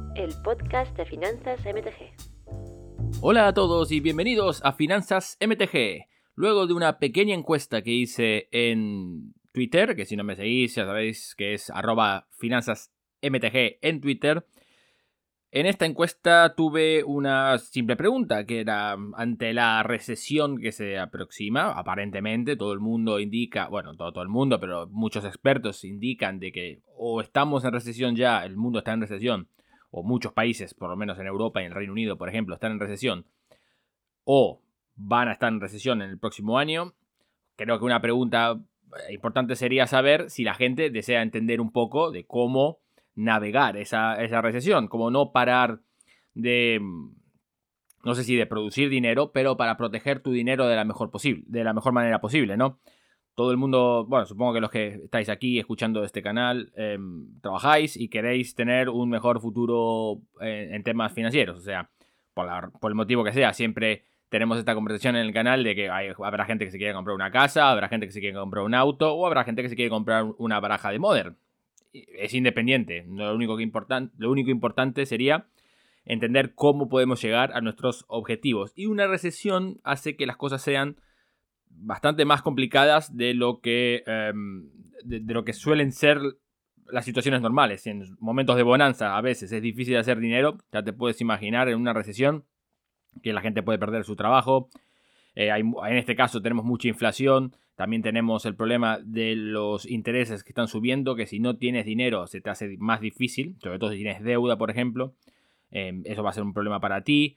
el podcast de Finanzas MTG. Hola a todos y bienvenidos a Finanzas MTG. Luego de una pequeña encuesta que hice en Twitter, que si no me seguís ya sabéis que es @finanzasmtg en Twitter. En esta encuesta tuve una simple pregunta, que era ante la recesión que se aproxima, aparentemente todo el mundo indica, bueno, todo el mundo, pero muchos expertos indican de que o estamos en recesión ya, el mundo está en recesión, o muchos países, por lo menos en Europa y en el Reino Unido, por ejemplo, están en recesión, o van a estar en recesión en el próximo año. Creo que una pregunta importante sería saber si la gente desea entender un poco de cómo navegar esa recesión, cómo no parar de, no sé si de producir dinero, pero para proteger tu dinero de la mejor manera posible, ¿no? Todo el mundo, bueno, supongo que los que estáis aquí escuchando este canal trabajáis y queréis tener un mejor futuro en temas financieros, o sea, por el motivo que sea, siempre tenemos esta conversación en el canal de que habrá gente que se quiere comprar una casa, habrá gente que se quiere comprar un auto o habrá gente que se quiere comprar una baraja de Modern. Es independiente. Lo único importante sería entender cómo podemos llegar a nuestros objetivos. Y una recesión hace que las cosas sean bastante más complicadas de lo que, de lo que suelen ser las situaciones normales. En momentos de bonanza a veces es difícil hacer dinero. Ya te puedes imaginar en una recesión que la gente puede perder su trabajo. En este caso tenemos mucha inflación. También tenemos el problema de los intereses que están subiendo, que si no tienes dinero se te hace más difícil, sobre todo si tienes deuda, por ejemplo. Eso va a ser un problema para ti.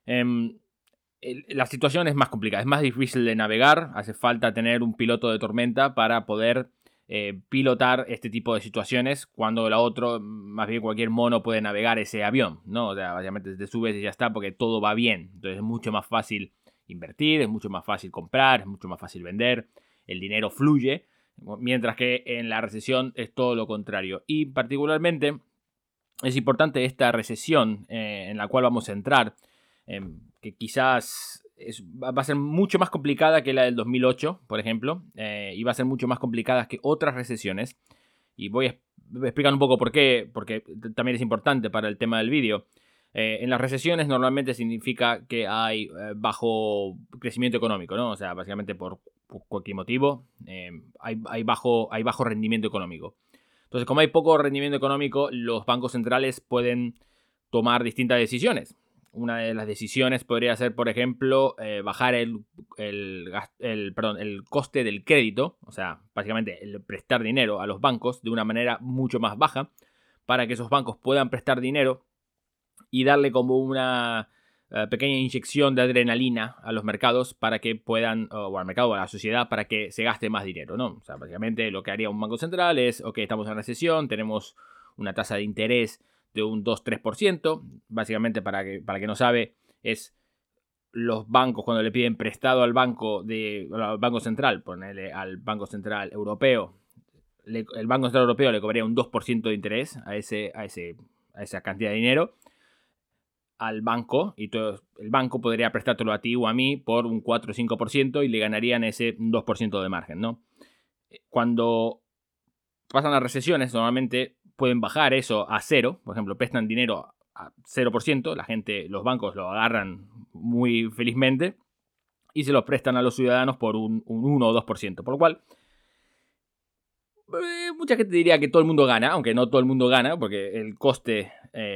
La situación es más complicada, es más difícil de navegar. Hace falta tener un piloto de tormenta para poder pilotar este tipo de situaciones, cuando la otra, más bien cualquier mono puede navegar ese avión, ¿no? O sea, básicamente te subes y ya está porque todo va bien. Entonces es mucho más fácil invertir, es mucho más fácil comprar, es mucho más fácil vender, el dinero fluye, mientras que en la recesión es todo lo contrario. Y particularmente es importante esta recesión en la cual vamos a entrar, que quizás va a ser mucho más complicada que la del 2008, por ejemplo, y va a ser mucho más complicada que otras recesiones. Y voy a explicar un poco por qué, porque también es importante para el tema del vídeo. En las recesiones normalmente significa que hay bajo crecimiento económico, ¿no? O sea, básicamente por cualquier motivo hay bajo rendimiento económico. Entonces, como hay poco rendimiento económico, los bancos centrales pueden tomar distintas decisiones. Una de las decisiones podría ser, por ejemplo, bajar el coste del crédito, o sea, básicamente el prestar dinero a los bancos de una manera mucho más baja, para que esos bancos puedan prestar dinero y darle como una pequeña inyección de adrenalina a los mercados para que puedan, o al mercado o a la sociedad, para que se gaste más dinero, ¿no? O sea, básicamente lo que haría un banco central es, ok, estamos en recesión, tenemos una tasa de interés de un 2-3%, básicamente para que no sabe, es los bancos cuando le piden prestado al banco central, ponerle al Banco Central Europeo, el Banco Central Europeo le cobraría un 2% de interés a esa cantidad de dinero al banco, y el banco podría prestártelo a ti o a mí por un 4 o 5% y le ganarían ese 2% de margen, ¿no? Cuando pasan las recesiones, normalmente pueden bajar eso a cero. Por ejemplo, prestan dinero a 0%, los bancos lo agarran muy felizmente y se los prestan a los ciudadanos por un 1 o 2%, por lo cual mucha gente diría que todo el mundo gana, aunque no todo el mundo gana, porque el coste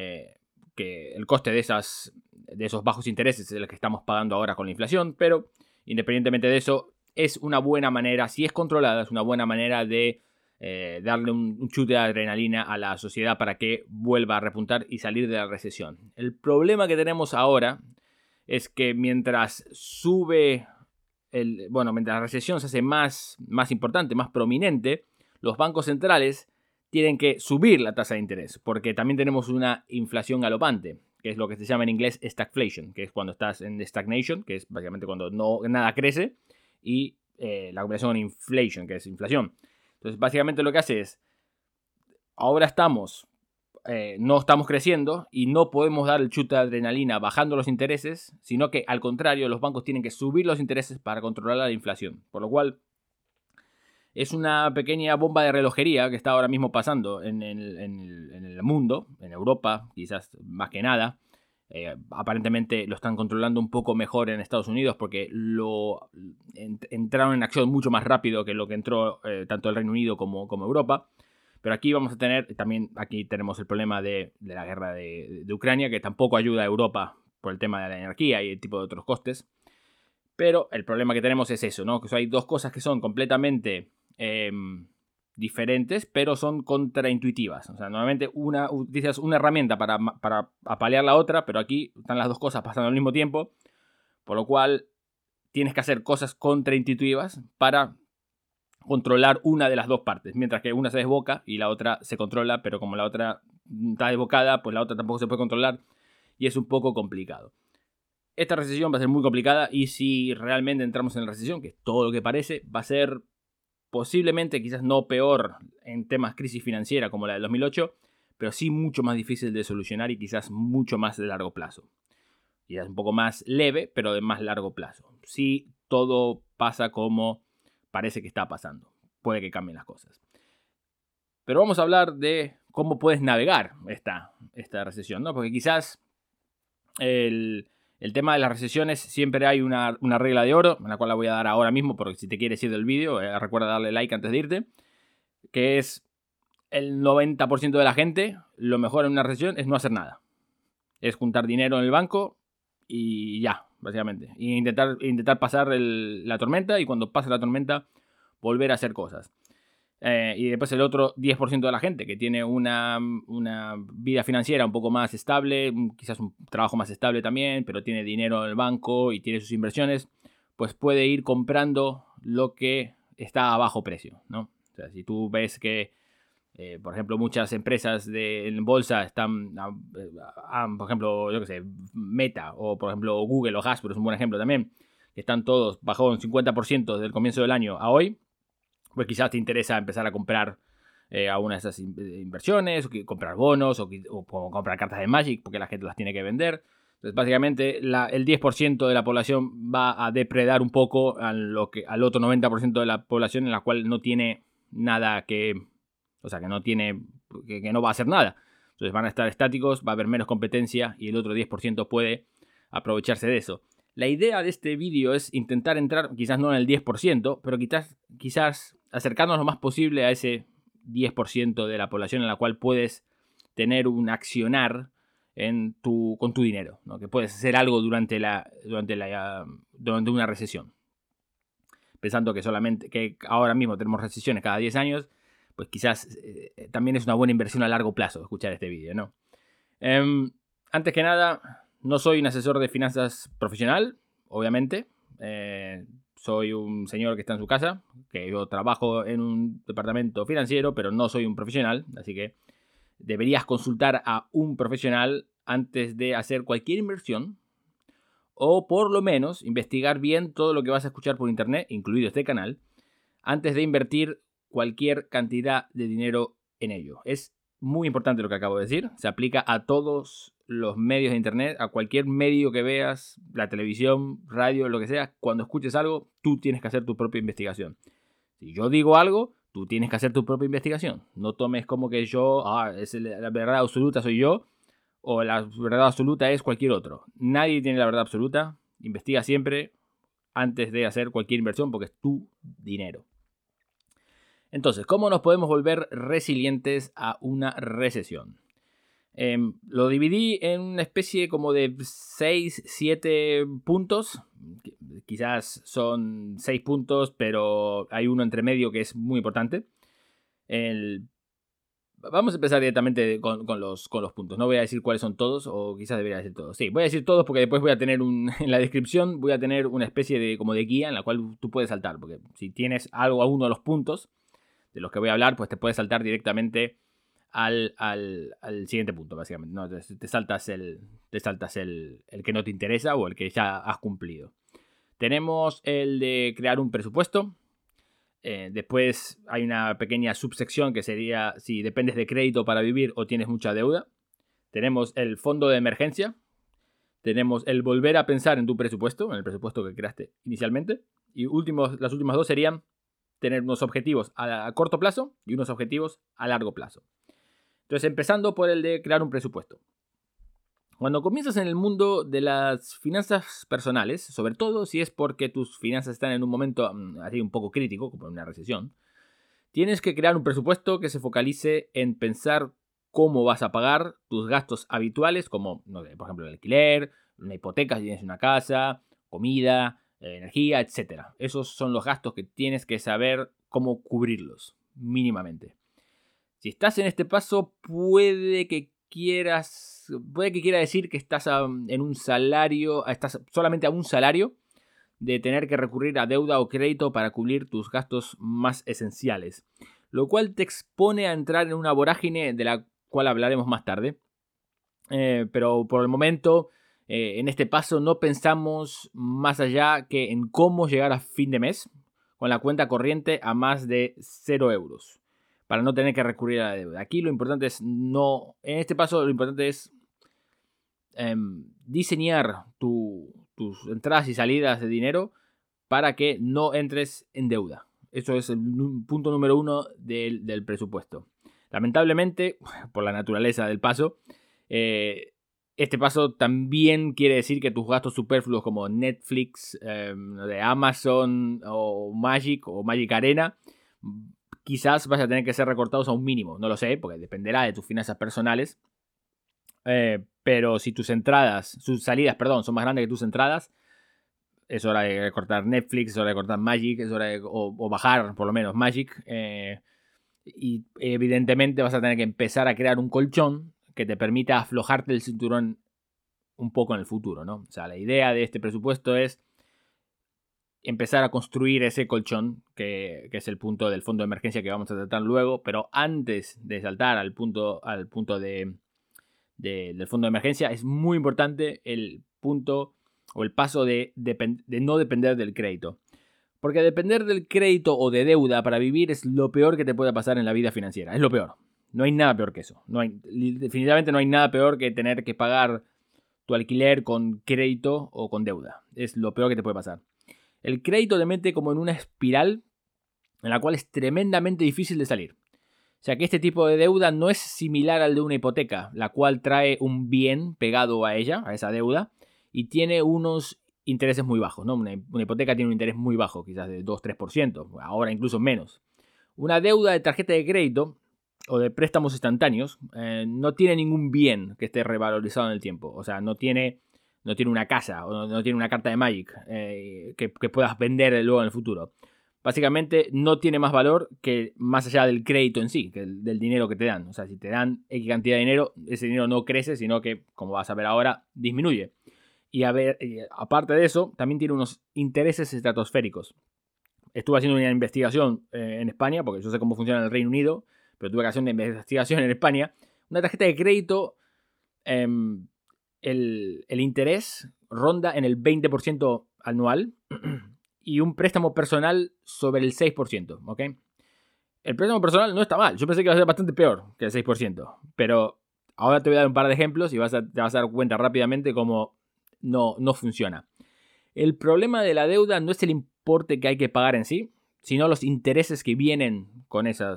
de esos bajos intereses es el que estamos pagando ahora con la inflación, pero independientemente de eso, es una buena manera, si es controlada, es una buena manera de darle un chute de adrenalina a la sociedad para que vuelva a repuntar y salir de la recesión. El problema que tenemos ahora es que mientras la recesión se hace más importante, más prominente, los bancos centrales tienen que subir la tasa de interés, porque también tenemos una inflación galopante, que es lo que se llama en inglés stagflation, que es cuando estás en stagnation, que es básicamente cuando nada crece, y la combinación con inflation, que es inflación. Entonces, básicamente lo que hace es, ahora no estamos creciendo y no podemos dar el chute de adrenalina bajando los intereses, sino que al contrario, los bancos tienen que subir los intereses para controlar la inflación, por lo cual Es una pequeña bomba de relojería que está ahora mismo pasando en el mundo, en Europa, quizás más que nada. Aparentemente lo están controlando un poco mejor en Estados Unidos porque entraron en acción mucho más rápido que lo que entró tanto el Reino Unido como Europa. Pero aquí vamos a tener, también aquí tenemos el problema de la guerra de Ucrania, que tampoco ayuda a Europa por el tema de la energía y el tipo de otros costes. Pero el problema que tenemos es eso, ¿no? Que hay dos cosas que son completamente diferentes, pero son contraintuitivas. O sea, normalmente utilizas una herramienta para apalear la otra, pero aquí están las dos cosas pasando al mismo tiempo, por lo cual tienes que hacer cosas contraintuitivas para controlar una de las dos partes, mientras que una se desboca y la otra se controla, pero como la otra está desbocada, pues la otra tampoco se puede controlar y es un poco complicado. Esta recesión va a ser muy complicada y si realmente entramos en la recesión, que es todo lo que parece, va a ser posiblemente quizás no peor en temas crisis financiera como la del 2008, pero sí mucho más difícil de solucionar y quizás mucho más de largo plazo. Quizás un poco más leve, pero de más largo plazo. Si todo pasa como parece que está pasando, puede que cambien las cosas. Pero vamos a hablar de cómo puedes navegar esta recesión, ¿no? Porque quizás el tema de las recesiones siempre hay una regla de oro, en la cual la voy a dar ahora mismo, porque si te quieres ir del vídeo, recuerda darle like antes de irte, que es el 90% de la gente, lo mejor en una recesión es no hacer nada. Es juntar dinero en el banco y ya, básicamente. Y intentar pasar la tormenta y cuando pase la tormenta volver a hacer cosas. Y después el otro 10% de la gente que tiene una vida financiera un poco más estable, quizás un trabajo más estable también, pero tiene dinero en el banco y tiene sus inversiones, pues puede ir comprando lo que está a bajo precio, ¿no? O sea, si tú ves que, por ejemplo, muchas empresas en bolsa están, por ejemplo, yo qué sé, Meta o por ejemplo Google o Hasbro es un buen ejemplo también, que están todos bajo un 50% del comienzo del año a hoy, pues quizás te interesa empezar a comprar alguna de esas inversiones, o comprar bonos, o comprar cartas de Magic, porque la gente las tiene que vender. Entonces, básicamente, el 10% de la población va a depredar un poco al otro 90% de la población en la cual no tiene nada que... O sea, que no tiene... que no va a hacer nada. Entonces van a estar estáticos, va a haber menos competencia y el otro 10% puede aprovecharse de eso. La idea de este vídeo es intentar entrar, quizás no en el 10%, pero quizás acercarnos lo más posible a ese 10% de la población en la cual puedes tener un accionar con tu dinero, ¿no? Que puedes hacer algo durante una recesión. Pensando que ahora mismo tenemos recesiones cada 10 años, pues quizás también es una buena inversión a largo plazo escuchar este vídeo, ¿no? Antes que nada, no soy un asesor de finanzas profesional, obviamente. Soy un señor que está en su casa, que yo trabajo en un departamento financiero, pero no soy un profesional, así que deberías consultar a un profesional antes de hacer cualquier inversión, o por lo menos investigar bien todo lo que vas a escuchar por internet, incluido este canal, antes de invertir cualquier cantidad de dinero en ello. Es muy importante lo que acabo de decir, se aplica a todos los medios de internet, a cualquier medio que veas, la televisión, radio, lo que sea. Cuando escuches algo, tú tienes que hacer tu propia investigación. Si yo digo algo, tú tienes que hacer tu propia investigación. No tomes como que la verdad absoluta soy yo, o la verdad absoluta es cualquier otro. Nadie tiene la verdad absoluta. Investiga siempre antes de hacer cualquier inversión porque es tu dinero. Entonces, ¿cómo nos podemos volver resilientes a una recesión? Lo dividí en una especie como de 6, 7 puntos. Quizás son 6 puntos, pero hay uno entre medio que es muy importante. Vamos a empezar directamente con los puntos. No voy a decir cuáles son todos, o quizás debería decir todos. Sí, voy a decir todos porque después voy a tener en la descripción voy a tener una especie de guía en la cual tú puedes saltar. Porque si tienes algo a uno de los puntos de los que voy a hablar, pues te puedes saltar directamente al siguiente punto, básicamente. No, te saltas el que no te interesa o el que ya has cumplido. Tenemos el de crear un presupuesto. Después hay una pequeña subsección que sería si dependes de crédito para vivir o tienes mucha deuda. Tenemos el fondo de emergencia. Tenemos el volver a pensar en tu presupuesto, en el presupuesto que creaste inicialmente. Y las últimas dos serían tener unos objetivos a corto plazo y unos objetivos a largo plazo. Entonces, empezando por el de crear un presupuesto. Cuando comienzas en el mundo de las finanzas personales, sobre todo si es porque tus finanzas están en un momento así un poco crítico, como en una recesión, tienes que crear un presupuesto que se focalice en pensar cómo vas a pagar tus gastos habituales, como, no sé, por ejemplo, el alquiler, una hipoteca si tienes una casa, comida, energía, etc. Esos son los gastos que tienes que saber cómo cubrirlos, mínimamente. Si estás en este paso, puede que quiera decir que estás en un salario, estás solamente a un salario de tener que recurrir a deuda o crédito para cubrir tus gastos más esenciales, lo cual te expone a entrar en una vorágine de la cual hablaremos más tarde. Pero por el momento, en este paso no pensamos más allá que en cómo llegar a fin de mes con la cuenta corriente a más de 0 euros, para no tener que recurrir a la deuda. Aquí lo importante es en este paso lo importante es diseñar tus entradas y salidas de dinero para que no entres en deuda. Eso es el punto número 1 del presupuesto. Lamentablemente, por la naturaleza del paso, este paso también quiere decir que tus gastos superfluos como Netflix, de Amazon o Magic Arena, quizás vas a tener que ser recortados a un mínimo. No lo sé, porque dependerá de tus finanzas personales. Pero si tus salidas son más grandes que tus entradas, es hora de recortar Netflix, es hora de cortar Magic, es hora de o bajar por lo menos Magic. Y evidentemente vas a tener que empezar a crear un colchón que te permita aflojarte el cinturón un poco en el futuro, ¿no? O sea, la idea de este presupuesto es empezar a construir ese colchón, que es el punto del fondo de emergencia que vamos a tratar luego, pero antes de saltar al punto del fondo de emergencia, es muy importante el punto o el paso de no depender del crédito. Porque depender del crédito o de deuda para vivir es lo peor que te puede pasar en la vida financiera. Es lo peor. No hay nada peor que eso. Definitivamente no hay nada peor que tener que pagar tu alquiler con crédito o con deuda. Es lo peor que te puede pasar. El crédito te mete como en una espiral en la cual es tremendamente difícil de salir. O sea que este tipo de deuda no es similar al de una hipoteca, la cual trae un bien pegado a ella, a esa deuda, y tiene unos intereses muy bajos, ¿no? Una hipoteca tiene un interés muy bajo, quizás de 2-3%, ahora incluso menos. Una deuda de tarjeta de crédito o de préstamos instantáneos no tiene ningún bien que esté revalorizado en el tiempo. O sea, no tiene una casa o no tiene una carta de Magic que puedas vender luego en el futuro. Básicamente no tiene más valor que más allá del crédito en sí, que del dinero que te dan. O sea, si te dan X cantidad de dinero, ese dinero no crece, sino que, como vas a ver ahora, disminuye. Y aparte de eso, también tiene unos intereses estratosféricos. Estuve haciendo una investigación en España, porque yo sé cómo funciona en el Reino Unido, pero tuve que hacer una investigación en España. Una tarjeta de crédito, el interés ronda en el 20% anual y un préstamo personal sobre el 6%, ¿ok? El préstamo personal no está mal. Yo pensé que iba a ser bastante peor que el 6%, pero ahora te voy a dar un par de ejemplos y te vas a dar cuenta rápidamente cómo no funciona. El problema de la deuda no es el importe que hay que pagar en sí, sino los intereses que vienen con ese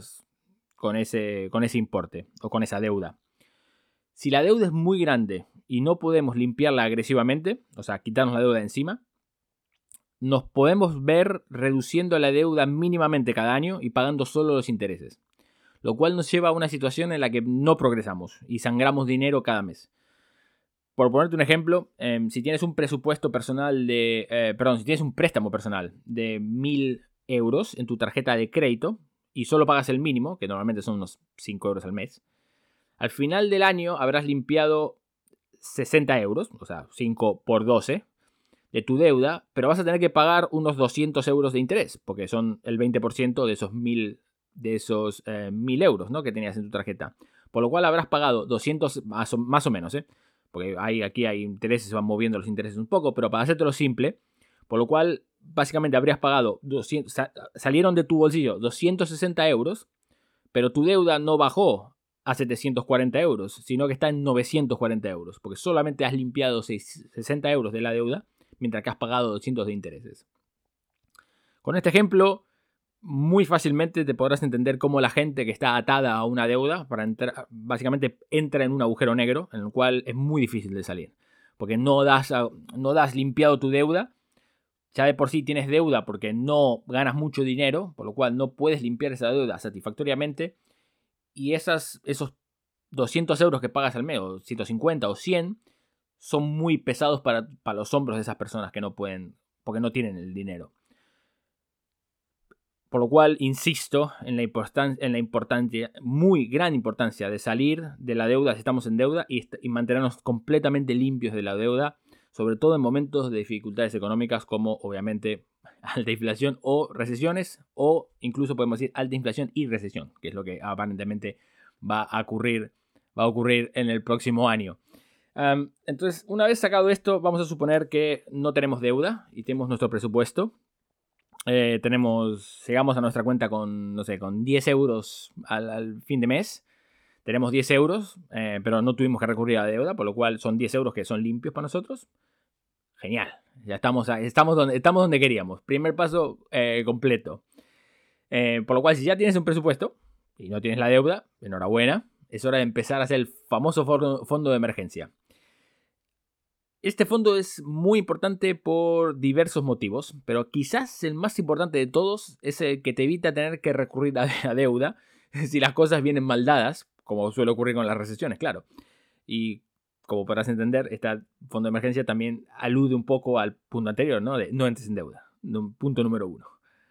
importe o con esa deuda. Si la deuda es muy grande y no podemos limpiarla agresivamente, o sea, quitarnos la deuda de encima, nos podemos ver reduciendo la deuda mínimamente cada año y pagando solo los intereses, lo cual nos lleva a una situación en la que no progresamos y sangramos dinero cada mes. Por ponerte un ejemplo, si tienes un presupuesto personal si tienes un préstamo personal de 1.000 euros en tu tarjeta de crédito y solo pagas el mínimo, que normalmente son unos 5 euros al mes, al final del año habrás limpiado 60 euros, o sea, 5 por 12, de tu deuda, pero vas a tener que pagar unos 200 euros de interés, porque son el 20% de esos 1.000 euros, ¿no?, que tenías en tu tarjeta. Por lo cual habrás pagado 200 más o menos, porque aquí hay intereses, se van moviendo los intereses un poco, pero para hacértelo simple, por lo cual básicamente habrías pagado salieron de tu bolsillo 260 euros, pero tu deuda no bajó a 740 euros, sino que está en 940 euros, porque solamente has limpiado 60 euros de la deuda, mientras que has pagado 200 de intereses. Con este ejemplo, muy fácilmente te podrás entender cómo la gente que está atada a una deuda básicamente entra en un agujero negro en el cual es muy difícil de salir. Porque no das limpiado tu deuda. Ya de por sí tienes deuda porque no ganas mucho dinero, por lo cual no puedes limpiar esa deuda satisfactoriamente. Y esos 200 euros que pagas al mes, o 150 o 100, son muy pesados para los hombros de esas personas que no pueden, porque no tienen el dinero. Por lo cual, insisto en la importancia, muy gran importancia de salir de la deuda si estamos en deuda y mantenernos completamente limpios de la deuda, sobre todo en momentos de dificultades económicas como obviamente alta inflación o recesiones, o incluso podemos decir alta inflación y recesión, que es lo que aparentemente va a ocurrir en el próximo año. Entonces, una vez sacado esto, vamos a suponer que no tenemos deuda y tenemos nuestro presupuesto. Llegamos a nuestra cuenta con 10 euros al fin de mes. Tenemos 10 euros, pero no tuvimos que recurrir a la deuda, por lo cual son 10 euros que son limpios para nosotros. Genial, ya estamos donde queríamos. Primer paso completo. Por lo cual, si ya tienes un presupuesto y no tienes la deuda, enhorabuena. Es hora de empezar a hacer el famoso fondo de emergencia. Este fondo es muy importante por diversos motivos, pero quizás el más importante de todos es el que te evita tener que recurrir a la deuda si las cosas vienen mal dadas, como suele ocurrir con las recesiones, claro. Y como podrás entender, este fondo de emergencia también alude un poco al punto anterior, ¿no? De no entres en deuda. Punto número 1.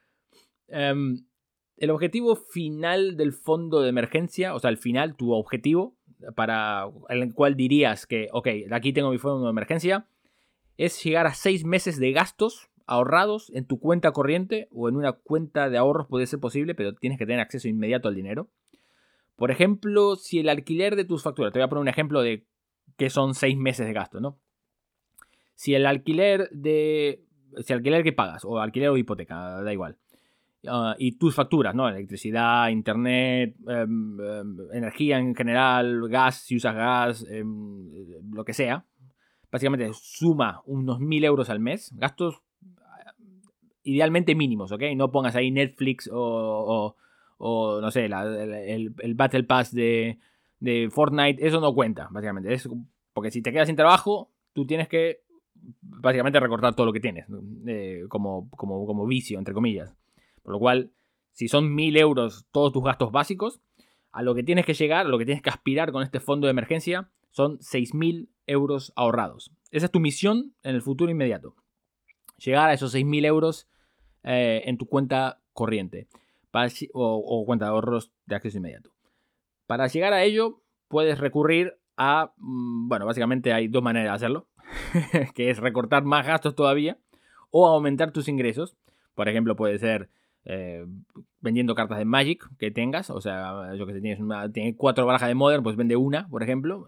El objetivo final del fondo de emergencia, o sea, al final, tu objetivo para el cual dirías que, ok, aquí tengo mi fondo de emergencia, es llegar a 6 meses de gastos ahorrados en tu cuenta corriente o en una cuenta de ahorros, puede ser posible, pero tienes que tener acceso inmediato al dinero. Por ejemplo, si el alquiler de tus facturas, te voy a poner un ejemplo de que son 6 meses de gasto, ¿no? Si el alquiler que pagas, o alquiler o hipoteca, da igual, y tus facturas, ¿no? Electricidad, internet, energía en general, gas, si usas gas, lo que sea. Básicamente suma unos 1.000 euros al mes. Gastos idealmente mínimos, ¿ok? No pongas ahí Netflix o no sé, el Battle Pass de Fortnite. Eso no cuenta, básicamente. Porque si te quedas sin trabajo, tú tienes que básicamente recortar todo lo que tienes. Como vicio, entre comillas. Por lo cual, si son 1.000 euros todos tus gastos básicos, a lo que tienes que llegar, a lo que tienes que aspirar con este fondo de emergencia, son 6.000 euros ahorrados. Esa es tu misión en el futuro inmediato. Llegar a esos 6.000 euros en tu cuenta corriente o cuenta de ahorros de acceso inmediato. Para llegar a ello, puedes recurrir a, básicamente hay 2 maneras de hacerlo, que es recortar más gastos todavía o aumentar tus ingresos. Por ejemplo, puede ser vendiendo cartas de Magic que tengas, o sea, yo que sé, tienes 4 barajas de Modern, pues vende una, por ejemplo,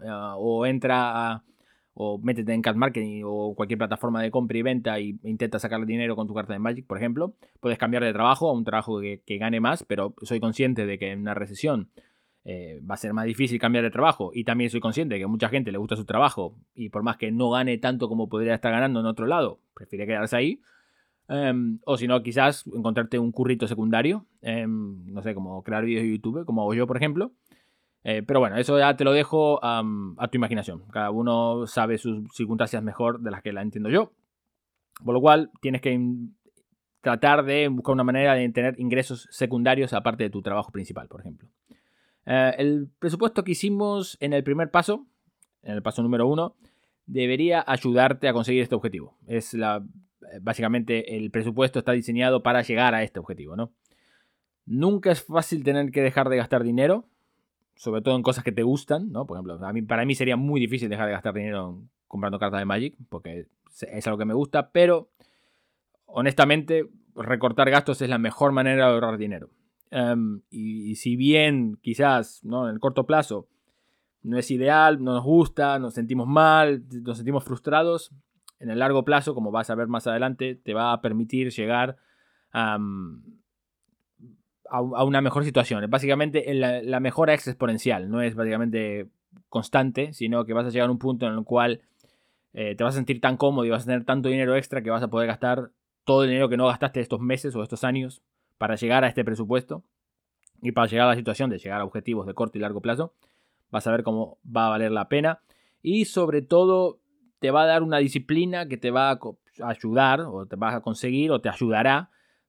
o métete en Cat Marketing o cualquier plataforma de compra y venta e intenta sacarle dinero con tu carta de Magic, por ejemplo. Puedes cambiar de trabajo a un trabajo que gane más, pero soy consciente de que en una recesión va a ser más difícil cambiar de trabajo, y también soy consciente de que a mucha gente le gusta su trabajo y por más que no gane tanto como podría estar ganando en otro lado, prefiere quedarse ahí. O si no, quizás encontrarte un currito secundario, no sé, como crear vídeos de YouTube, como hago yo, por ejemplo. Pero bueno, eso ya te lo dejo a tu imaginación. Cada uno sabe sus circunstancias mejor de las que la entiendo yo. Por lo cual, tienes que tratar de buscar una manera de tener ingresos secundarios aparte de tu trabajo principal, por ejemplo. El presupuesto que hicimos en el primer paso, en el paso número 1, debería ayudarte a conseguir este objetivo. Básicamente el presupuesto está diseñado para llegar a este objetivo, ¿no? Nunca es fácil tener que dejar de gastar dinero, sobre todo en cosas que te gustan, ¿no? Por ejemplo, para mí sería muy difícil dejar de gastar dinero comprando cartas de Magic, porque es algo que me gusta, pero honestamente recortar gastos es la mejor manera de ahorrar dinero. Y si bien quizás, ¿no?, en el corto plazo no es ideal, no nos gusta, nos sentimos mal, nos sentimos frustrados, en el largo plazo, como vas a ver más adelante, te va a permitir llegar a una mejor situación. Básicamente la mejora es exponencial, no es básicamente constante, sino que vas a llegar a un punto en el cual te vas a sentir tan cómodo y vas a tener tanto dinero extra que vas a poder gastar todo el dinero que no gastaste estos meses o estos años para llegar a este presupuesto y para llegar a la situación de llegar a objetivos de corto y largo plazo, vas a ver cómo va a valer la pena y sobre todo te va a dar una disciplina que te va a ayudar o te vas a conseguir o te ayudará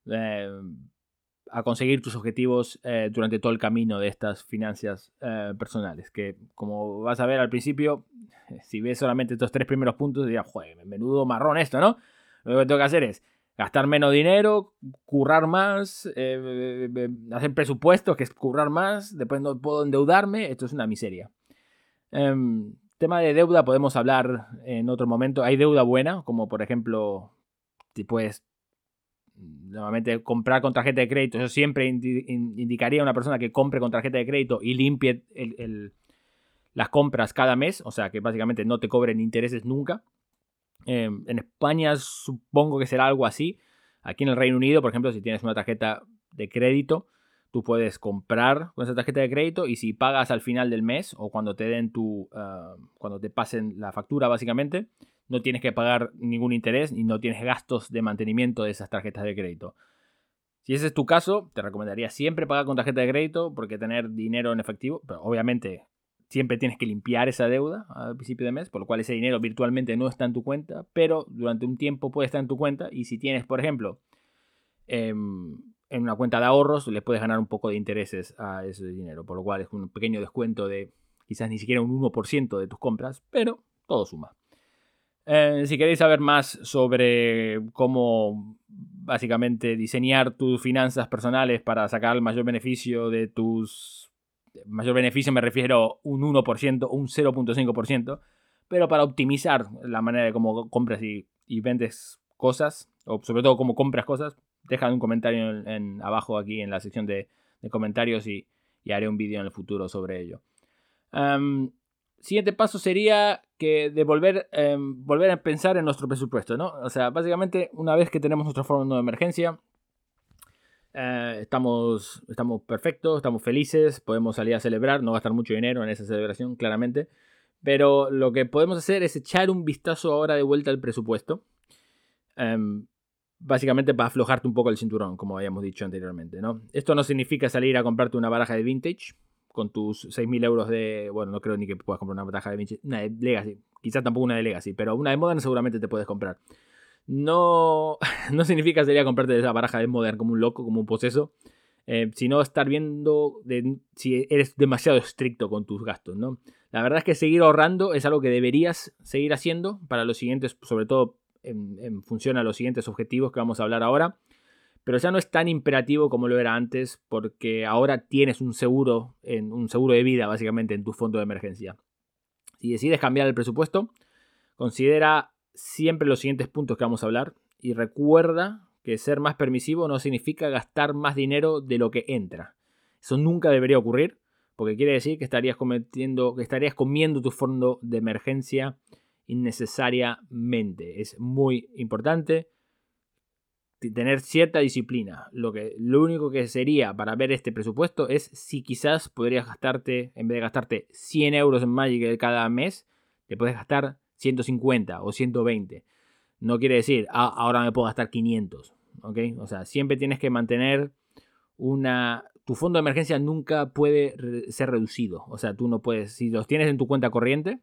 a conseguir tus objetivos durante todo el camino de estas finanzas personales. Que como vas a ver al principio, si ves solamente estos 3 primeros puntos, dirás, joder, menudo marrón esto, ¿no? Lo que tengo que hacer es gastar menos dinero, currar más, hacer presupuestos, que es currar más, después no puedo endeudarme, esto es una miseria. Tema de deuda podemos hablar en otro momento. Hay deuda buena, como por ejemplo, si puedes normalmente comprar con tarjeta de crédito. Yo siempre indicaría a una persona que compre con tarjeta de crédito y limpie las compras cada mes, o sea que básicamente no te cobren intereses nunca. En España supongo que será algo así. Aquí en el Reino Unido, por ejemplo, si tienes una tarjeta de crédito, tú puedes comprar con esa tarjeta de crédito y si pagas al final del mes o cuando te den cuando te pasen la factura, básicamente, no tienes que pagar ningún interés y no tienes gastos de mantenimiento de esas tarjetas de crédito. Si ese es tu caso, te recomendaría siempre pagar con tarjeta de crédito porque tener dinero en efectivo, pero obviamente siempre tienes que limpiar esa deuda al principio de mes, por lo cual ese dinero virtualmente no está en tu cuenta, pero durante un tiempo puede estar en tu cuenta y si tienes, por ejemplo, en una cuenta de ahorros, le puedes ganar un poco de intereses a ese dinero, por lo cual es un pequeño descuento de quizás ni siquiera un 1% de tus compras, pero todo suma. Si queréis saber más sobre cómo básicamente diseñar tus finanzas personales para sacar el mayor beneficio de tus... Mayor beneficio me refiero a un 1% o un 0.5%, pero para optimizar la manera de cómo compras y vendes cosas, o sobre todo cómo compras cosas, deja un comentario abajo aquí en la sección de comentarios y haré un vídeo en el futuro sobre ello. Siguiente paso sería que de volver a pensar en nuestro presupuesto, ¿no? O sea, básicamente una vez que tenemos nuestro fondo de emergencia, estamos perfectos, estamos felices, podemos salir a celebrar, no gastar mucho dinero en esa celebración, claramente. Pero lo que podemos hacer es echar un vistazo ahora de vuelta al presupuesto. Básicamente para aflojarte un poco el cinturón, como habíamos dicho anteriormente, ¿no? Esto no significa salir a comprarte una baraja de vintage con tus 6.000 euros de... Bueno, no creo ni que puedas comprar una baraja de vintage. Una de Legacy. Quizás tampoco una de Legacy, pero una de Modern seguramente te puedes comprar. No significa salir a comprarte esa baraja de Modern como un loco, como un poseso. Sino estar viendo si eres demasiado estricto con tus gastos, ¿no? La verdad es que seguir ahorrando es algo que deberías seguir haciendo para los siguientes, sobre todo en función a los siguientes objetivos que vamos a hablar ahora. Pero ya no es tan imperativo como lo era antes, porque ahora tienes un seguro de vida, básicamente, en tu fondo de emergencia. Si decides cambiar el presupuesto, considera siempre los siguientes puntos que vamos a hablar y recuerda que ser más permisivo no significa gastar más dinero de lo que entra. Eso nunca debería ocurrir, porque quiere decir que estarías comiendo tu fondo de emergencia innecesariamente. Es muy importante tener cierta disciplina. Lo único que sería para ver este presupuesto es si quizás podrías gastarte, en vez de gastarte 100 euros en Magic cada mes, te puedes gastar 150 o 120. No quiere decir, ahora me puedo gastar 500. ¿Ok? O sea, siempre tienes que mantener tu fondo de emergencia nunca puede ser reducido. O sea, tú no puedes, si los tienes en tu cuenta corriente,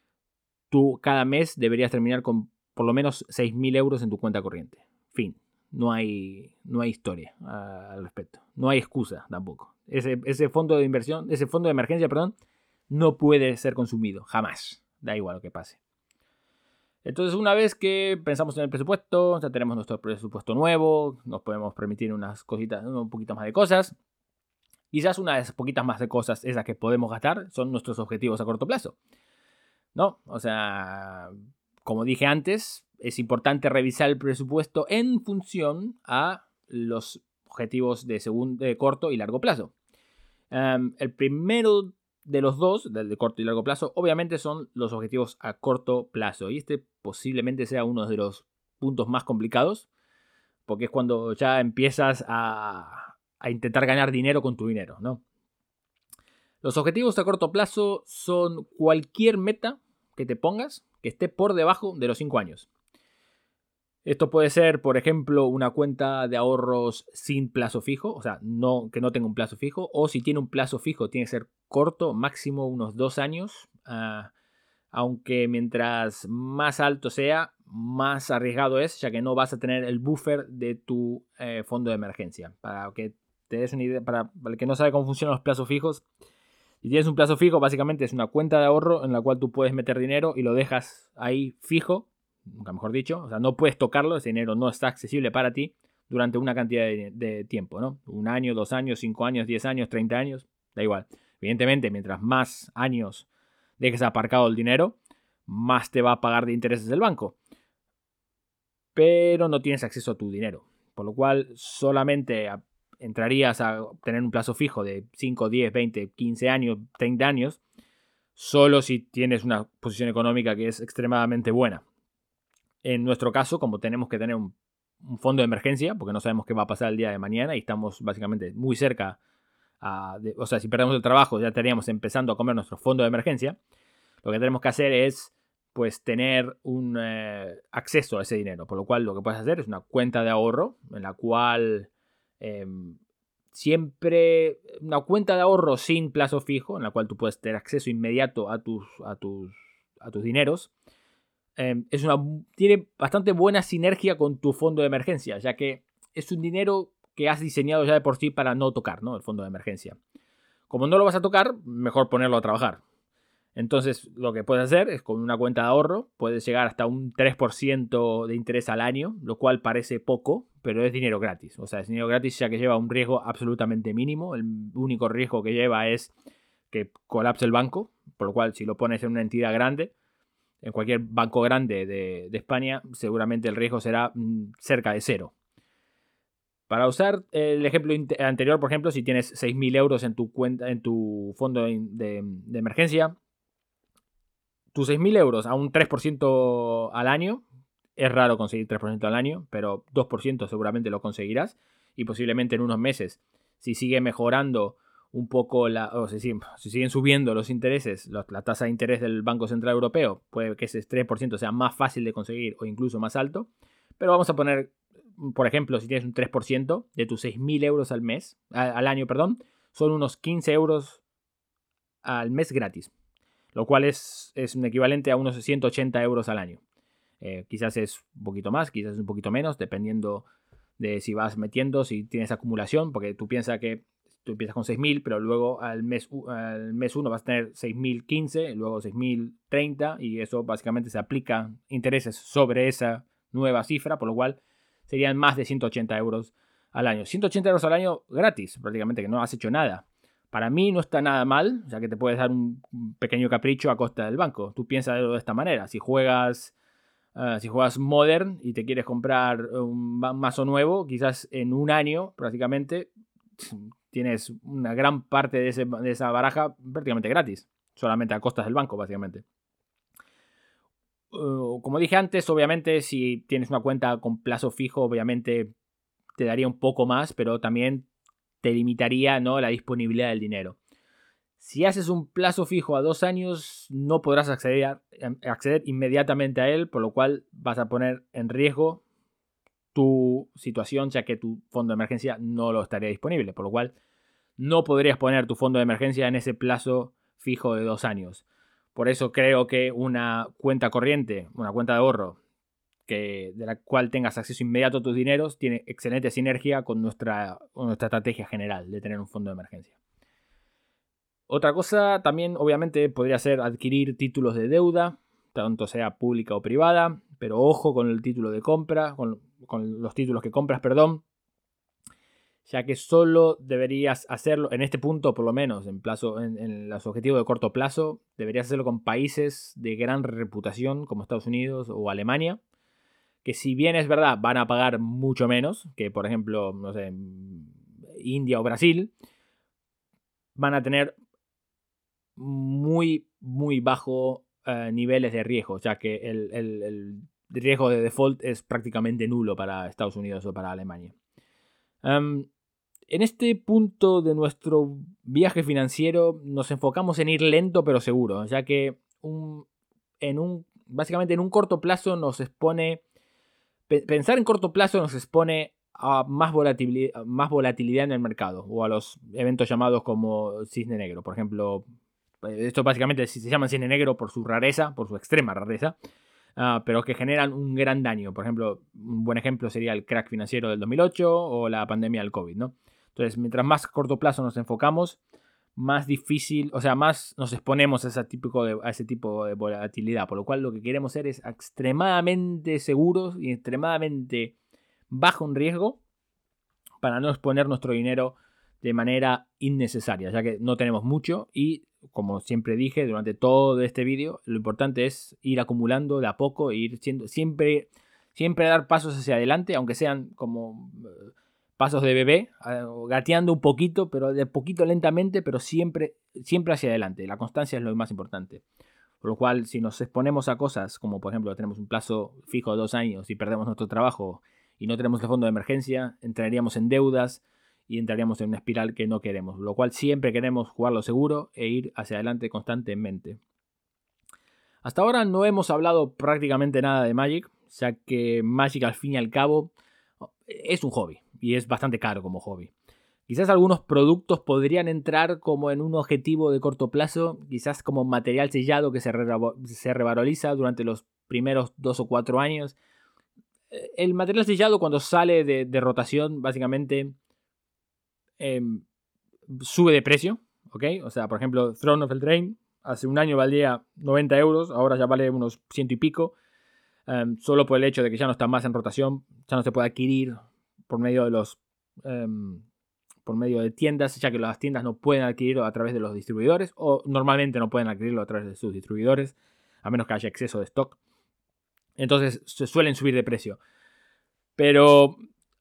tú cada mes deberías terminar con por lo menos 6.000 euros en tu cuenta corriente. Fin. No hay historia al respecto. No hay excusa tampoco. Ese fondo de inversión, ese fondo de emergencia, perdón, no puede ser consumido. Jamás. Da igual lo que pase. Entonces, una vez que pensamos en el presupuesto, ya tenemos nuestro presupuesto nuevo, nos podemos permitir unas cositas, un poquito más de cosas. Quizás una de esas poquitas más de cosas, esas que podemos gastar, son nuestros objetivos a corto plazo. ¿No? O sea, como dije antes, es importante revisar el presupuesto en función a los objetivos de corto y largo plazo. El primero de los dos, del de corto y largo plazo, obviamente son los objetivos a corto plazo. Y este posiblemente sea uno de los puntos más complicados, porque es cuando ya empiezas a intentar ganar dinero con tu dinero, ¿no? Los objetivos a corto plazo son cualquier meta que te pongas que esté por debajo de los 5 años. Esto puede ser, por ejemplo, una cuenta de ahorros sin plazo fijo, o sea, que no tenga un plazo fijo, o si tiene un plazo fijo, tiene que ser corto, máximo unos 2 años, aunque mientras más alto sea, más arriesgado es, ya que no vas a tener el buffer de tu fondo de emergencia. Para que te des una idea, para el que no sabe cómo funcionan los plazos fijos, si tienes un plazo fijo, básicamente es una cuenta de ahorro en la cual tú puedes meter dinero y lo dejas ahí fijo, nunca mejor dicho, o sea, no puedes tocarlo, ese dinero no está accesible para ti durante una cantidad de tiempo, ¿no? 1 año, 2 años, 5 años, 10 años, 30 años, da igual. Evidentemente, mientras más años dejes aparcado el dinero, más te va a pagar de intereses el banco. Pero no tienes acceso a tu dinero, por lo cual solamente entrarías a tener un plazo fijo de 5, 10, 20, 15 años, 30 años, solo si tienes una posición económica que es extremadamente buena. En nuestro caso, como tenemos que tener un fondo de emergencia, porque no sabemos qué va a pasar el día de mañana y estamos básicamente muy cerca, o sea, si perdemos el trabajo ya estaríamos empezando a comer nuestro fondo de emergencia, lo que tenemos que hacer es pues tener un acceso a ese dinero, por lo cual lo que puedes hacer es una cuenta de ahorro en la cual siempre una cuenta de ahorro sin plazo fijo, en la cual tú puedes tener acceso inmediato a tus dineros. Tiene bastante buena sinergia con tu fondo de emergencia, ya que es un dinero que has diseñado ya de por sí para no tocar, ¿no? El fondo de emergencia. Como no lo vas a tocar, mejor ponerlo a trabajar. Entonces, lo que puedes hacer es con una cuenta de ahorro, puedes llegar hasta un 3% de interés al año, lo cual parece poco, pero es dinero gratis. O sea, es dinero gratis ya que lleva un riesgo absolutamente mínimo. El único riesgo que lleva es que colapse el banco, por lo cual si lo pones en una entidad grande, en cualquier banco grande de España, seguramente el riesgo será cerca de cero. Para usar el ejemplo anterior, por ejemplo, si tienes 6.000 euros en tu cuenta, en tu fondo de emergencia, tus 6.000 euros a un 3% al año, es raro conseguir 3% al año, pero 2% seguramente lo conseguirás y posiblemente en unos meses, si sigue mejorando un poco, o si siguen subiendo los intereses, la tasa de interés del Banco Central Europeo, puede que ese 3% sea más fácil de conseguir o incluso más alto, pero vamos a poner, por ejemplo, si tienes un 3% de tus 6.000 euros al año, son unos 15 euros al mes gratis, lo cual es un equivalente a unos 180 euros al año. Quizás es un poquito más, quizás es un poquito menos, dependiendo de si vas metiendo, si tienes acumulación, porque tú piensas que tú empiezas con 6.000, pero luego al mes 1 vas a tener 6.015, luego 6.030, y eso básicamente se aplica intereses sobre esa nueva cifra, por lo cual serían más de 180 euros al año. 180 euros al año gratis, prácticamente, que no has hecho nada. Para mí no está nada mal, ya que te puedes dar un pequeño capricho a costa del banco. Tú piensas de esta manera. Si juegas Modern y te quieres comprar un mazo nuevo, quizás en un año prácticamente tienes una gran parte de esa baraja prácticamente gratis, solamente a costas del banco básicamente. Como dije antes, obviamente si tienes una cuenta con plazo fijo, obviamente te daría un poco más, pero también te limitaría, ¿no?, la disponibilidad del dinero. Si haces un plazo fijo a 2 años, no podrás acceder inmediatamente a él, por lo cual vas a poner en riesgo tu situación, ya que tu fondo de emergencia no lo estaría disponible, por lo cual no podrías poner tu fondo de emergencia en ese plazo fijo de 2 años. Por eso creo que una cuenta corriente, una cuenta de ahorro, de la cual tengas acceso inmediato a tus dineros, tiene excelente sinergia con nuestra estrategia general de tener un fondo de emergencia. Otra cosa también, obviamente, podría ser adquirir títulos de deuda, tanto sea pública o privada, pero ojo con el título de compra, con los títulos que compras, ya que solo deberías hacerlo, en este punto por lo menos, en los objetivos de corto plazo, deberías hacerlo con países de gran reputación como Estados Unidos o Alemania, que si bien es verdad van a pagar mucho menos que, por ejemplo, no sé, India o Brasil, van a tener muy, muy bajo niveles de riesgo, ya que el riesgo de default es prácticamente nulo para Estados Unidos o para Alemania. En este punto de nuestro viaje financiero nos enfocamos en ir lento pero seguro, ya que básicamente en un corto plazo nos expone Pensar en corto plazo nos expone a más volatilidad en el mercado o a los eventos llamados como cisne negro. Por ejemplo, esto básicamente se llaman cisne negro por su rareza, por su extrema rareza, pero que generan un gran daño. Por ejemplo, un buen ejemplo sería el crack financiero del 2008 o la pandemia del COVID, ¿no? Entonces, mientras más a corto plazo nos enfocamos, más difícil, o sea, más nos exponemos a ese tipo de volatilidad. Por lo cual lo que queremos ser es extremadamente seguros y extremadamente bajo en riesgo para no exponer nuestro dinero de manera innecesaria, ya que no tenemos mucho y, como siempre dije durante todo este vídeo, lo importante es ir acumulando de a poco e ir siempre dar pasos hacia adelante, aunque sean como pasos de bebé, gateando un poquito, pero de poquito lentamente, pero siempre hacia adelante. La constancia es lo más importante. Por lo cual, si nos exponemos a cosas como, por ejemplo, tenemos un plazo fijo de 2 años y perdemos nuestro trabajo y no tenemos el fondo de emergencia, entraríamos en deudas y entraríamos en una espiral que no queremos. Por lo cual, siempre queremos jugarlo seguro e ir hacia adelante constantemente. Hasta ahora no hemos hablado prácticamente nada de Magic, ya que Magic, al fin y al cabo, es un hobby y es bastante caro como hobby. Quizás algunos productos podrían entrar como en un objetivo de corto plazo, quizás como material sellado que se revaloriza durante los primeros 2 o 4 años. El material sellado, cuando sale de rotación, básicamente sube de precio, ¿ok? O sea, por ejemplo, Throne of Eldraine hace un año valía 90 euros, ahora ya vale unos 100 y pico. Solo por el hecho de que ya no está más en rotación, ya no se puede adquirir por medio de por medio de tiendas, ya que las tiendas no pueden adquirirlo a través de los distribuidores, o normalmente no pueden adquirirlo a través de sus distribuidores, a menos que haya exceso de stock. Entonces se suelen subir de precio. Pero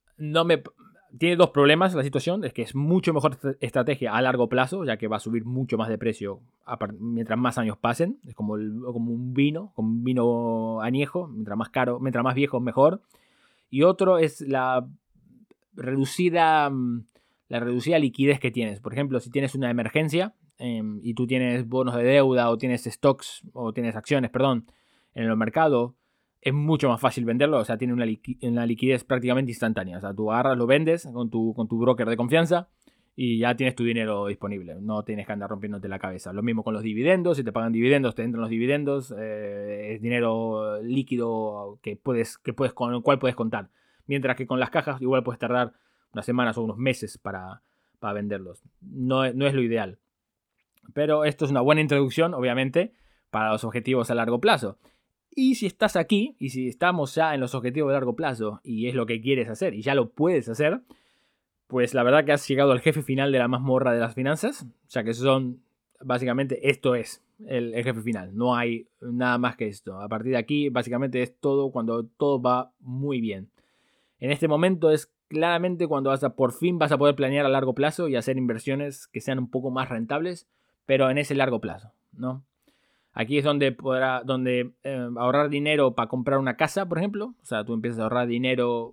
tiene 2 problemas la situación. Es que es mucho mejor estrategia a largo plazo, ya que va a subir mucho más de precio mientras más años pasen. Es como un vino añejo. Mientras más caro, mientras más viejo, mejor. Y otro es la reducida liquidez que tienes. Por ejemplo, si tienes una emergencia y tú tienes bonos de deuda o tienes stocks o tienes acciones, en el mercado, es mucho más fácil venderlo. O sea, tiene una liquidez prácticamente instantánea. O sea, tú agarras, lo vendes con tu broker de confianza y ya tienes tu dinero disponible. No tienes que andar rompiéndote la cabeza. Lo mismo con los dividendos. Si te pagan dividendos, te entran los dividendos. Es dinero líquido con el cual puedes contar. Mientras que con las cajas igual puedes tardar unas semanas o unos meses para venderlos. No es lo ideal. Pero esto es una buena introducción, obviamente, para los objetivos a largo plazo. Y si estás aquí, y si estamos ya en los objetivos de largo plazo, y es lo que quieres hacer, y ya lo puedes hacer, pues la verdad que has llegado al jefe final de la mazmorra de las finanzas, ya que básicamente esto es el jefe final, no hay nada más que esto. A partir de aquí, básicamente es todo cuando todo va muy bien. En este momento es claramente cuando por fin vas a poder planear a largo plazo y hacer inversiones que sean un poco más rentables, pero en ese largo plazo, ¿no? Aquí es donde ahorrar dinero para comprar una casa, por ejemplo. O sea, tú empiezas a ahorrar dinero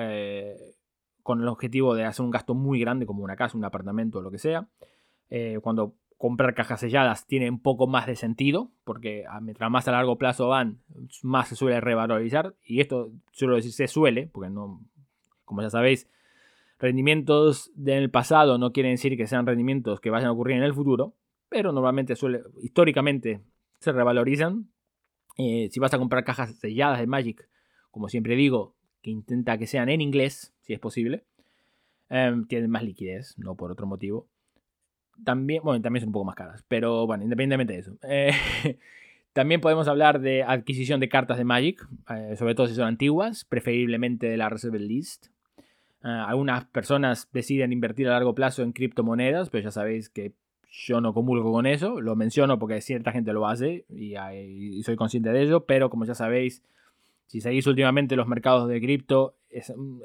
con el objetivo de hacer un gasto muy grande, como una casa, un apartamento o lo que sea. Cuando comprar cajas selladas tiene un poco más de sentido, porque mientras más a largo plazo van, más se suele revalorizar. Y esto suelo decir se suele, porque no, como ya sabéis, rendimientos del pasado no quieren decir que sean rendimientos que vayan a ocurrir en el futuro, pero normalmente históricamente se revalorizan. Si vas a comprar cajas selladas de Magic, como siempre digo, que intenta que sean en inglés, si es posible, tienen más liquidez, no por otro motivo. También son un poco más caras, pero bueno, independientemente de eso. También podemos hablar de adquisición de cartas de Magic, sobre todo si son antiguas, preferiblemente de la Reserve List. Algunas personas deciden invertir a largo plazo en criptomonedas, pero ya sabéis que yo no comulgo con eso. Lo menciono porque cierta gente lo hace y soy consciente de ello, pero como ya sabéis, si seguís últimamente los mercados de cripto, es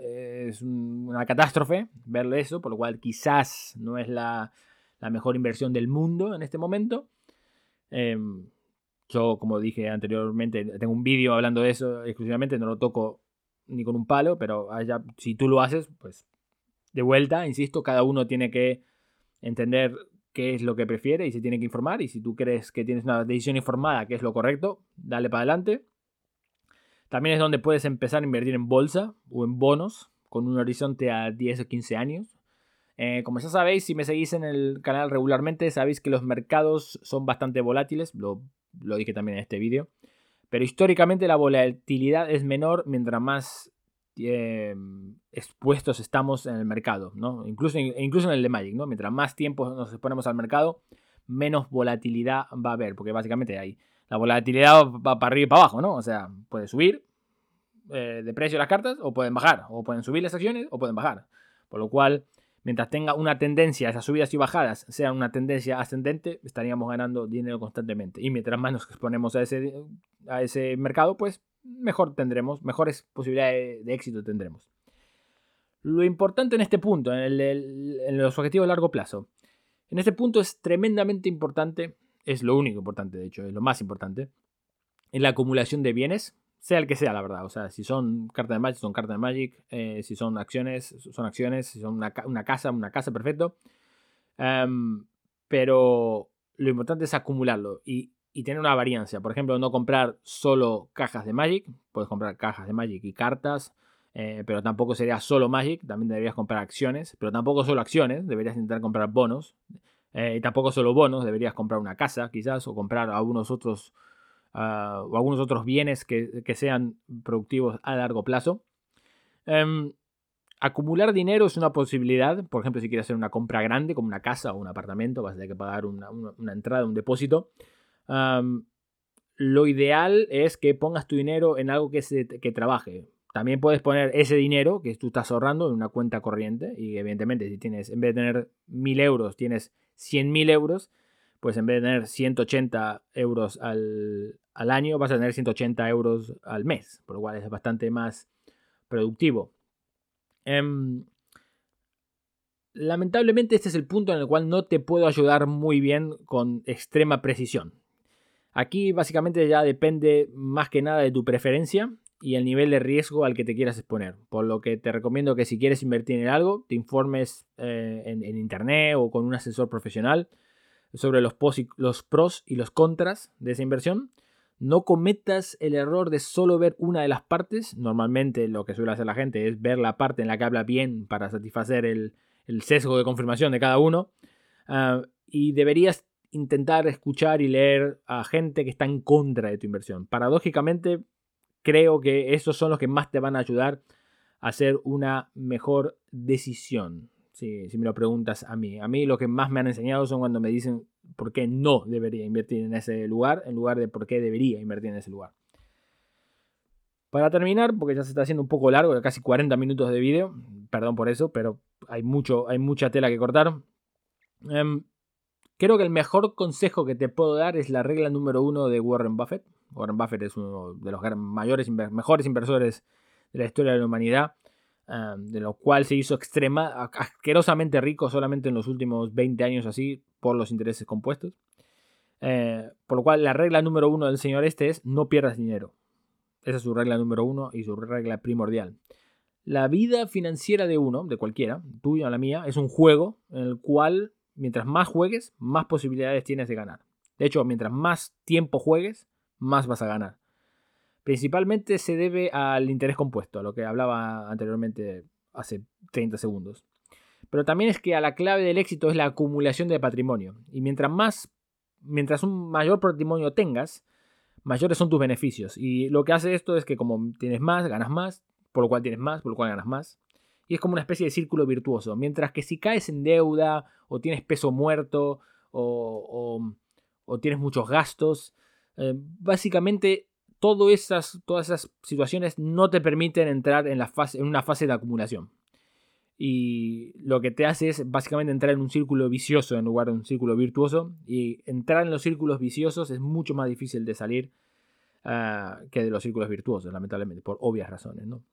una catástrofe verle eso, por lo cual quizás no es la mejor inversión del mundo en este momento. Yo, como dije anteriormente, tengo un vídeo hablando de eso exclusivamente, no lo toco ni con un palo, pero si tú lo haces, pues de vuelta, insisto, cada uno tiene que entender qué es lo que prefiere y se tiene que informar, y si tú crees que tienes una decisión informada que es lo correcto, dale para adelante. También es donde puedes empezar a invertir en bolsa o en bonos con un horizonte a 10 o 15 años. Como ya sabéis, si me seguís en el canal regularmente, sabéis que los mercados son bastante volátiles, lo dije también en este vídeo, pero históricamente la volatilidad es menor mientras más expuestos estamos en el mercado, ¿no? Incluso en el de Magic, ¿no? Mientras más tiempo nos exponemos al mercado, menos volatilidad va a haber, porque básicamente ahí la volatilidad va para arriba y para abajo, ¿no? O sea, puede subir de precio las cartas, o pueden bajar, o pueden subir las acciones, o pueden bajar. Por lo cual, mientras tenga una tendencia, esas subidas y bajadas sean una tendencia ascendente, estaríamos ganando dinero constantemente. Y mientras más nos exponemos a ese mercado, pues mejores posibilidades de éxito tendremos. Lo importante en este punto, en los objetivos a largo plazo, en este punto es tremendamente importante, es lo único importante de hecho, es lo más importante, en la acumulación de bienes, sea el que sea, la verdad. O sea, si son cartas de Magic, son cartas de Magic. Si son acciones, son acciones. Si son una casa, perfecto. Pero lo importante es acumularlo y tener una variancia. Por ejemplo, no comprar solo cajas de Magic. Puedes comprar cajas de Magic y cartas. Pero tampoco sería solo Magic. También deberías comprar acciones. Pero tampoco solo acciones. Deberías intentar comprar bonos. Y tampoco solo bonos. Deberías comprar una casa, quizás. O comprar algunos otros bienes que sean productivos a largo plazo. Acumular dinero es una posibilidad. Por ejemplo, si quieres hacer una compra grande, como una casa o un apartamento, vas a tener que pagar una entrada, un depósito. Lo ideal es que pongas tu dinero en algo que trabaje. También puedes poner ese dinero que tú estás ahorrando en una cuenta corriente. Y evidentemente, si tienes, en vez de tener 1.000 euros, tienes 100.000 euros, pues en vez de tener 180 euros al año, vas a tener 180 euros al mes, por lo cual es bastante más productivo. Lamentablemente este es el punto en el cual no te puedo ayudar muy bien con extrema precisión. Aquí básicamente ya depende más que nada de tu preferencia y el nivel de riesgo al que te quieras exponer. Por lo que te recomiendo que si quieres invertir en algo, te informes en internet o con un asesor profesional sobre los pros y los contras de esa inversión. No cometas el error de solo ver una de las partes. Normalmente lo que suele hacer la gente es ver la parte en la que habla bien para satisfacer el sesgo de confirmación de cada uno. Y deberías intentar escuchar y leer a gente que está en contra de tu inversión. Paradójicamente, creo que esos son los que más te van a ayudar a hacer una mejor decisión. Si me lo preguntas a mí. A mí lo que más me han enseñado son cuando me dicen por qué no debería invertir en ese lugar, en lugar de por qué debería invertir en ese lugar. Para terminar, porque ya se está haciendo un poco largo, casi 40 minutos de vídeo, perdón por eso, pero hay mucha tela que cortar. Creo que el mejor consejo que te puedo dar es la regla número 1 de Warren Buffett. Warren Buffett es uno de los mejores inversores de la historia de la humanidad, de lo cual se hizo asquerosamente rico solamente en los últimos 20 años así por los intereses compuestos. Por lo cual la regla número 1 del señor es no pierdas dinero. Esa es su regla número 1 y su regla primordial. La vida financiera de uno, de cualquiera, tuya o la mía, es un juego en el cual mientras más juegues, más posibilidades tienes de ganar. De hecho, mientras más tiempo juegues, más vas a ganar. Principalmente se debe al interés compuesto, a lo que hablaba anteriormente hace 30 segundos. Pero también es que a la clave del éxito es la acumulación de patrimonio. Y mientras un mayor patrimonio tengas, mayores son tus beneficios. Y lo que hace esto es que como tienes más, ganas más, por lo cual tienes más, por lo cual ganas más. Y es como una especie de círculo virtuoso. Mientras que si caes en deuda, o tienes peso muerto, o tienes muchos gastos, básicamente todas esas situaciones no te permiten entrar en una fase de acumulación. Y lo que te hace es básicamente entrar en un círculo vicioso en lugar de un círculo virtuoso. Y entrar en los círculos viciosos es mucho más difícil de salir que de los círculos virtuosos, lamentablemente, por obvias razones, ¿no?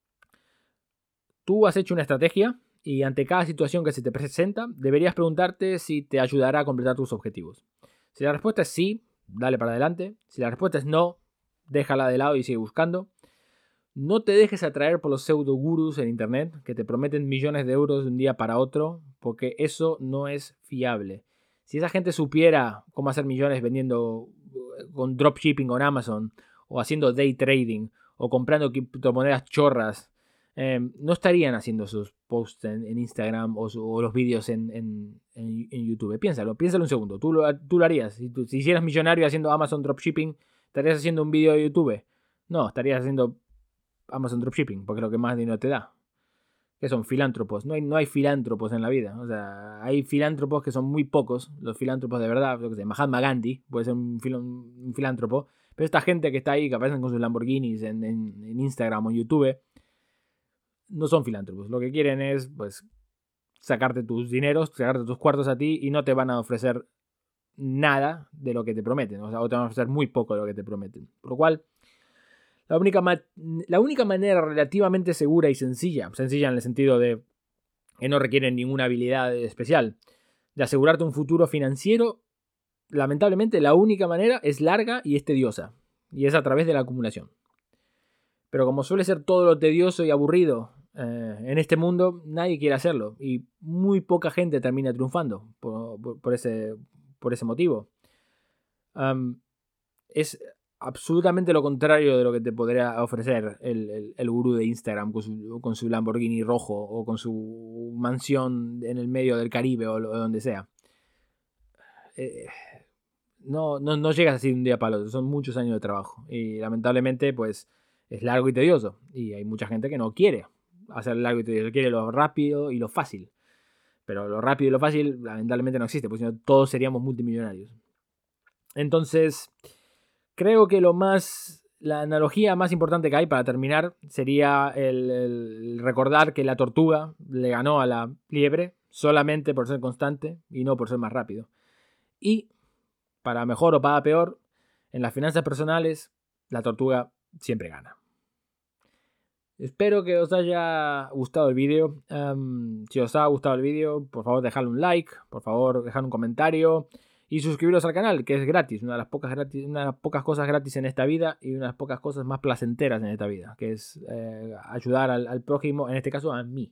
Tú has hecho una estrategia y ante cada situación que se te presenta, deberías preguntarte si te ayudará a completar tus objetivos. Si la respuesta es sí, dale para adelante. Si la respuesta es no, déjala de lado y sigue buscando. No te dejes atraer por los pseudo gurús en internet que te prometen millones de euros de un día para otro, porque eso no es fiable. Si esa gente supiera cómo hacer millones vendiendo con dropshipping con Amazon, o haciendo day trading, o comprando criptomonedas chorras, no estarían haciendo sus posts en Instagram o los vídeos en YouTube. Piénsalo un segundo. Tú lo harías. Si hicieras millonario haciendo Amazon Dropshipping, ¿estarías haciendo un vídeo de YouTube? No, estarías haciendo Amazon Dropshipping, porque es lo que más dinero te da. Que son filántropos. No hay filántropos en la vida. O sea, hay filántropos que son muy pocos. Los filántropos de verdad, lo que sé, Mahatma Gandhi puede ser un filántropo. Pero esta gente que está ahí, que aparecen con sus Lamborghinis en Instagram o en YouTube, no son filántropos. Lo que quieren es, pues, sacarte tus dineros, sacarte tus cuartos a ti y no te van a ofrecer nada de lo que te prometen. O sea, o te van a ofrecer muy poco de lo que te prometen. Por lo cual, la única manera relativamente segura y sencilla en el sentido de que no requieren ninguna habilidad especial, de asegurarte un futuro financiero, lamentablemente la única manera es larga y es tediosa, y es a través de la acumulación. Pero como suele ser todo lo tedioso y aburrido en este mundo, nadie quiere hacerlo, y muy poca gente termina triunfando por ese motivo. Es absolutamente lo contrario de lo que te podría ofrecer el gurú de Instagram con su Lamborghini rojo o con su mansión en el medio del Caribe o donde sea. No llegas así de un día para el otro, son muchos años de trabajo y lamentablemente pues es largo y tedioso y hay mucha gente que no quiere hacer largo y tedioso, quiere lo rápido y lo fácil, pero lo rápido y lo fácil lamentablemente no existe, porque si no todos seríamos multimillonarios. Entonces creo que la analogía más importante que hay para terminar sería el recordar que la tortuga le ganó a la liebre solamente por ser constante y no por ser más rápido. Y, para mejor o para peor, en las finanzas personales, la tortuga siempre gana. Espero que os haya gustado el vídeo. Si os ha gustado el vídeo, por favor dejadle un like, por favor dejad un comentario y suscribiros al canal, que es gratis, una de las pocas cosas gratis en esta vida y una de las pocas cosas más placenteras en esta vida, que es ayudar al prójimo, en este caso a mí.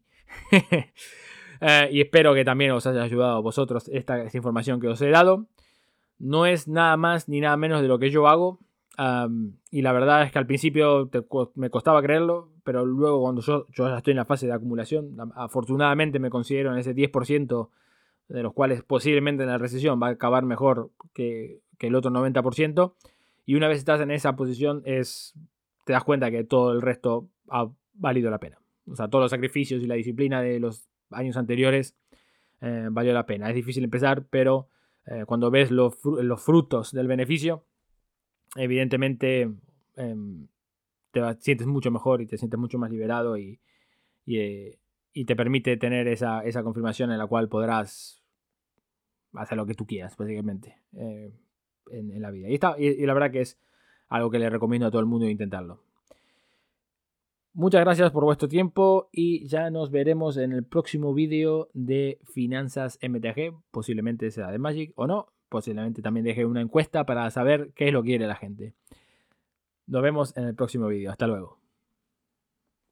Y espero que también os haya ayudado a vosotros esta información que os he dado. No es nada más ni nada menos de lo que yo hago. Y la verdad es que al principio me costaba creerlo, pero luego cuando yo ya estoy en la fase de acumulación, afortunadamente me considero en ese 10% de los cuales posiblemente en la recesión va a acabar mejor que el otro 90%, y una vez estás en esa posición te das cuenta que todo el resto ha valido la pena. O sea, todos los sacrificios y la disciplina de los años anteriores valió la pena. Es difícil empezar, pero cuando ves los frutos del beneficio, evidentemente sientes mucho mejor y te sientes mucho más liberado y te permite tener esa confirmación en la cual podrás hacer lo que tú quieras, básicamente, en la vida. Y la verdad que es algo que le recomiendo a todo el mundo intentarlo. Muchas gracias por vuestro tiempo y ya nos veremos en el próximo vídeo de Finanzas MTG. Posiblemente sea de Magic o no. Posiblemente también deje una encuesta para saber qué es lo que quiere la gente. Nos vemos en el próximo vídeo. Hasta luego.